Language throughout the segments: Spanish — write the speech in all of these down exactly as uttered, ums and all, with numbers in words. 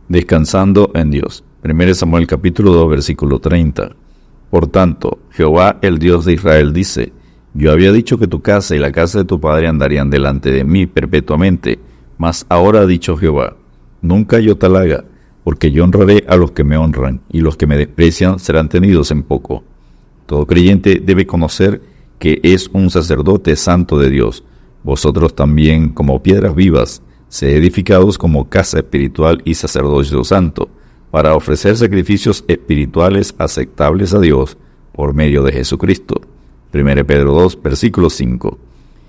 Descansando en Dios. primero Samuel capítulo dos, versículo treinta. Por tanto, Jehová, el Dios de Israel, dice: Yo había dicho que tu casa y la casa de tu padre andarían delante de mí perpetuamente, mas ahora ha dicho Jehová: Nunca yo tal haga, porque yo honraré a los que me honran, y los que me desprecian serán tenidos en poco. Todo creyente debe conocer que es un sacerdote santo de Dios. Vosotros también, como piedras vivas, sed edificados como casa espiritual y sacerdocio santo, para ofrecer sacrificios espirituales aceptables a Dios por medio de Jesucristo. primero Pedro dos, versículo cinco.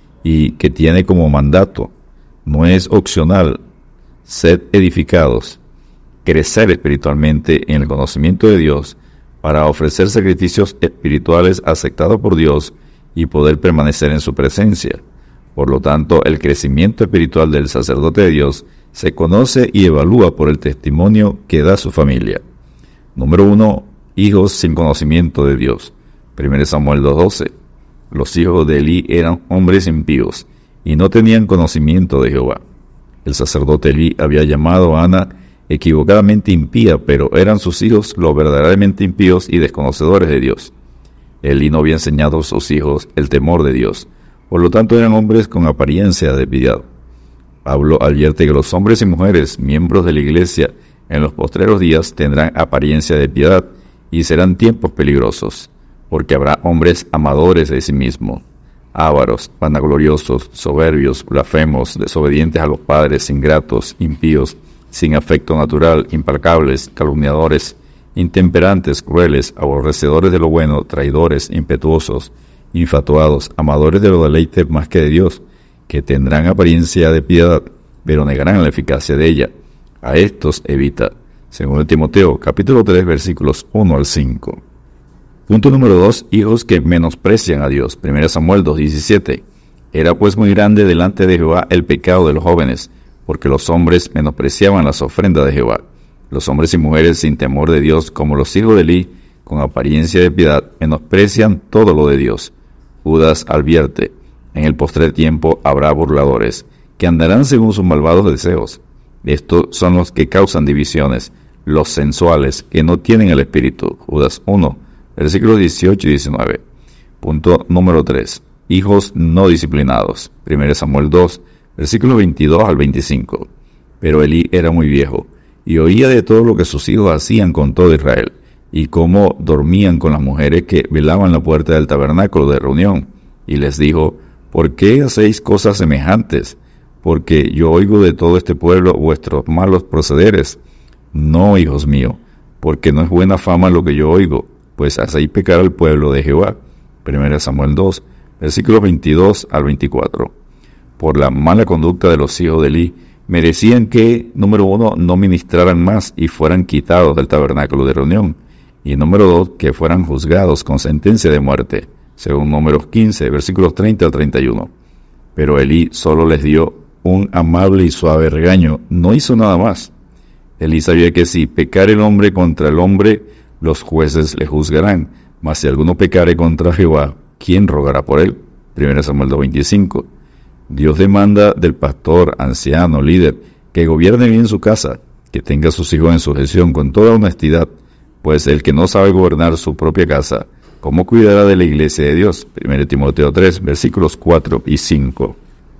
Y que tiene como mandato, no es opcional: sed edificados, crecer espiritualmente en el conocimiento de Dios, para ofrecer sacrificios espirituales aceptados por Dios y poder permanecer en su presencia. Por lo tanto, el crecimiento espiritual del sacerdote de Dios se conoce y evalúa por el testimonio que da su familia. Número uno. Hijos sin conocimiento de Dios. primero Samuel dos doce. Los hijos de Elí eran hombres impíos y no tenían conocimiento de Jehová. El sacerdote Elí había llamado a Ana equivocadamente impía, pero eran sus hijos los verdaderamente impíos y desconocedores de Dios. Elí no había enseñado a sus hijos el temor de Dios. Por lo tanto, eran hombres con apariencia de piedad. Pablo advierte que los hombres y mujeres, miembros de la iglesia, en los postreros días tendrán apariencia de piedad y serán tiempos peligrosos, porque habrá hombres amadores de sí mismos, ávaros, vanagloriosos, soberbios, blasfemos, desobedientes a los padres, ingratos, impíos, sin afecto natural, implacables, calumniadores, intemperantes, crueles, aborrecedores de lo bueno, traidores, impetuosos, infatuados, amadores de los deleites más que de Dios, que tendrán apariencia de piedad, pero negarán la eficacia de ella. A estos evita. Según Timoteo, capítulo tres, versículos uno al cinco. Punto número dos. Hijos que menosprecian a Dios. primero Samuel dos diecisiete. Era pues muy grande delante de Jehová el pecado de los jóvenes, porque los hombres menospreciaban las ofrendas de Jehová. Los hombres y mujeres sin temor de Dios, como los hijos de Elí, con apariencia de piedad, menosprecian todo lo de Dios. Judas advierte: en el postrer tiempo habrá burladores, que andarán según sus malvados deseos. Estos son los que causan divisiones, los sensuales, que no tienen el Espíritu. Judas uno, versículos dieciocho y diecinueve. Punto número tres. Hijos no disciplinados. primero Samuel dos, versículos veintidós al veinticinco. Pero Elí era muy viejo, y oía de todo lo que sus hijos hacían con todo Israel, y cómo dormían con las mujeres que velaban la puerta del tabernáculo de reunión. Y les dijo: ¿por qué hacéis cosas semejantes? Porque yo oigo de todo este pueblo vuestros malos procederes. No, hijos míos, porque no es buena fama lo que yo oigo, pues hacéis pecar al pueblo de Jehová. primero Samuel dos, versículos veintidós al veinticuatro. Por la mala conducta de los hijos de Elí, merecían que, número uno, no ministraran más y fueran quitados del tabernáculo de reunión, y número dos, que fueran juzgados con sentencia de muerte, según Números quince, versículos treinta al treinta y uno. Pero Elí solo les dio un amable y suave regaño, no hizo nada más. Elí sabía que si pecare el hombre contra el hombre, los jueces le juzgarán, mas si alguno pecare contra Jehová, ¿quién rogará por él? primero Samuel dos veinticinco. Dios demanda del pastor, anciano, líder, que gobierne bien su casa, que tenga a sus hijos en sujeción con toda honestidad, pues el que no sabe gobernar su propia casa, ¿cómo cuidará de la iglesia de Dios? primero Timoteo tres, versículos cuatro y cinco.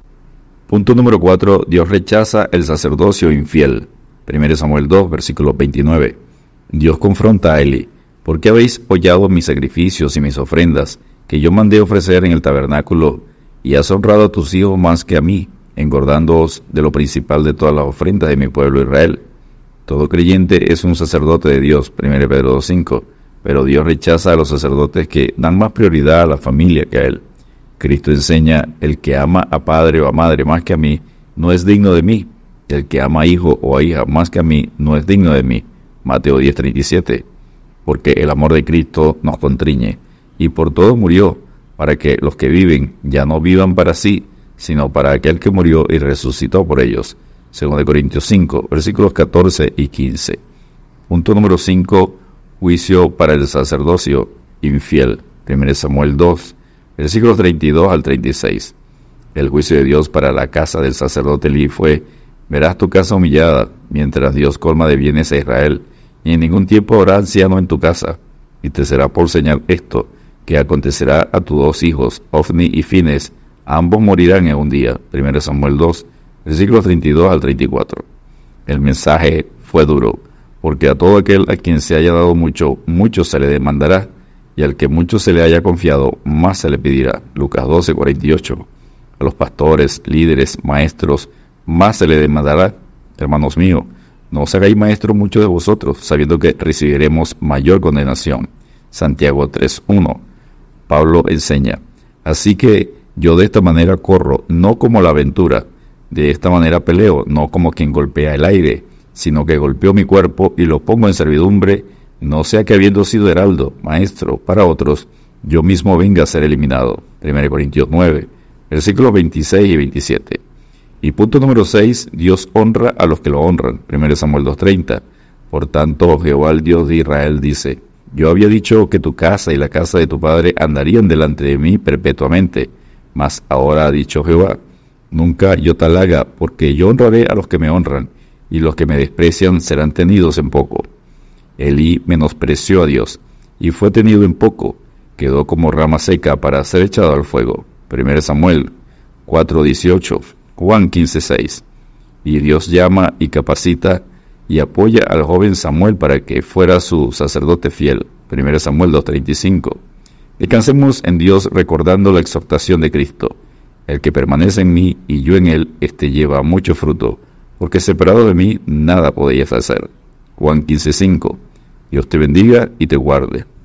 Punto número cuatro. Dios rechaza el sacerdocio infiel. primero Samuel dos, versículo veintinueve. Dios confronta a Elí: ¿por qué habéis hollado mis sacrificios y mis ofrendas, que yo mandé ofrecer en el tabernáculo, y has honrado a tus hijos más que a mí, engordándoos de lo principal de todas las ofrendas de mi pueblo Israel? Todo creyente es un sacerdote de Dios. primero Pedro dos cinco. Pero Dios rechaza a los sacerdotes que dan más prioridad a la familia que a Él. Cristo enseña: el que ama a padre o a madre más que a mí, no es digno de mí. El que ama a hijo o a hija más que a mí, no es digno de mí. Mateo diez treinta y siete. Porque el amor de Cristo nos constriñe, y por todos murió, para que los que viven ya no vivan para sí, sino para aquel que murió y resucitó por ellos. Según Corintios cinco, versículos catorce y quince. Punto número cinco. Juicio para el sacerdocio infiel. primero Samuel dos, versículos treinta y dos al treinta y seis. El juicio de Dios para la casa del sacerdote Elí fue Verás tu casa humillada, mientras Dios colma de bienes a Israel, y en ningún tiempo habrá anciano en tu casa. Y te será por señal esto, que acontecerá a tus dos hijos, Ofni y Fines, ambos morirán en un día. Primero Samuel dos, versículos treinta y dos al treinta y cuatro. El mensaje fue duro, porque a todo aquel a quien se haya dado mucho, mucho se le demandará, y al que mucho se le haya confiado, más se le pedirá. Lucas doce, cuarenta y ocho. A los pastores, líderes, maestros, más se le demandará. Hermanos míos, no os hagáis maestros muchos de vosotros, sabiendo que recibiremos mayor condenación. Santiago tres, uno. Pablo enseña: así que yo de esta manera corro, no como la aventura, de esta manera peleo, no como quien golpea el aire, sino que golpeo mi cuerpo y lo pongo en servidumbre, no sea que habiendo sido heraldo, maestro, para otros, yo mismo venga a ser eliminado. Primera Corintios nueve, versículos veintiséis y veintisiete. Y punto número seis, Dios honra a los que lo honran. Primera Samuel dos, treinta. Por tanto, Jehová el Dios de Israel dice: yo había dicho que tu casa y la casa de tu padre andarían delante de mí perpetuamente, mas ahora ha dicho Jehová: nunca yo tal haga, porque yo honraré a los que me honran, y los que me desprecian serán tenidos en poco. Elí menospreció a Dios, y fue tenido en poco, quedó como rama seca para ser echado al fuego. Primera Samuel cuatro, dieciocho, Juan quince, seis. Y Dios llama y capacita y apoya al joven Samuel para que fuera su sacerdote fiel. Primera Samuel dos, treinta y cinco. Descansemos en Dios recordando la exhortación de Cristo: el que permanece en mí y yo en él, éste lleva mucho fruto, porque separado de mí nada podéis hacer. Juan quince, cinco. Dios te bendiga y te guarde.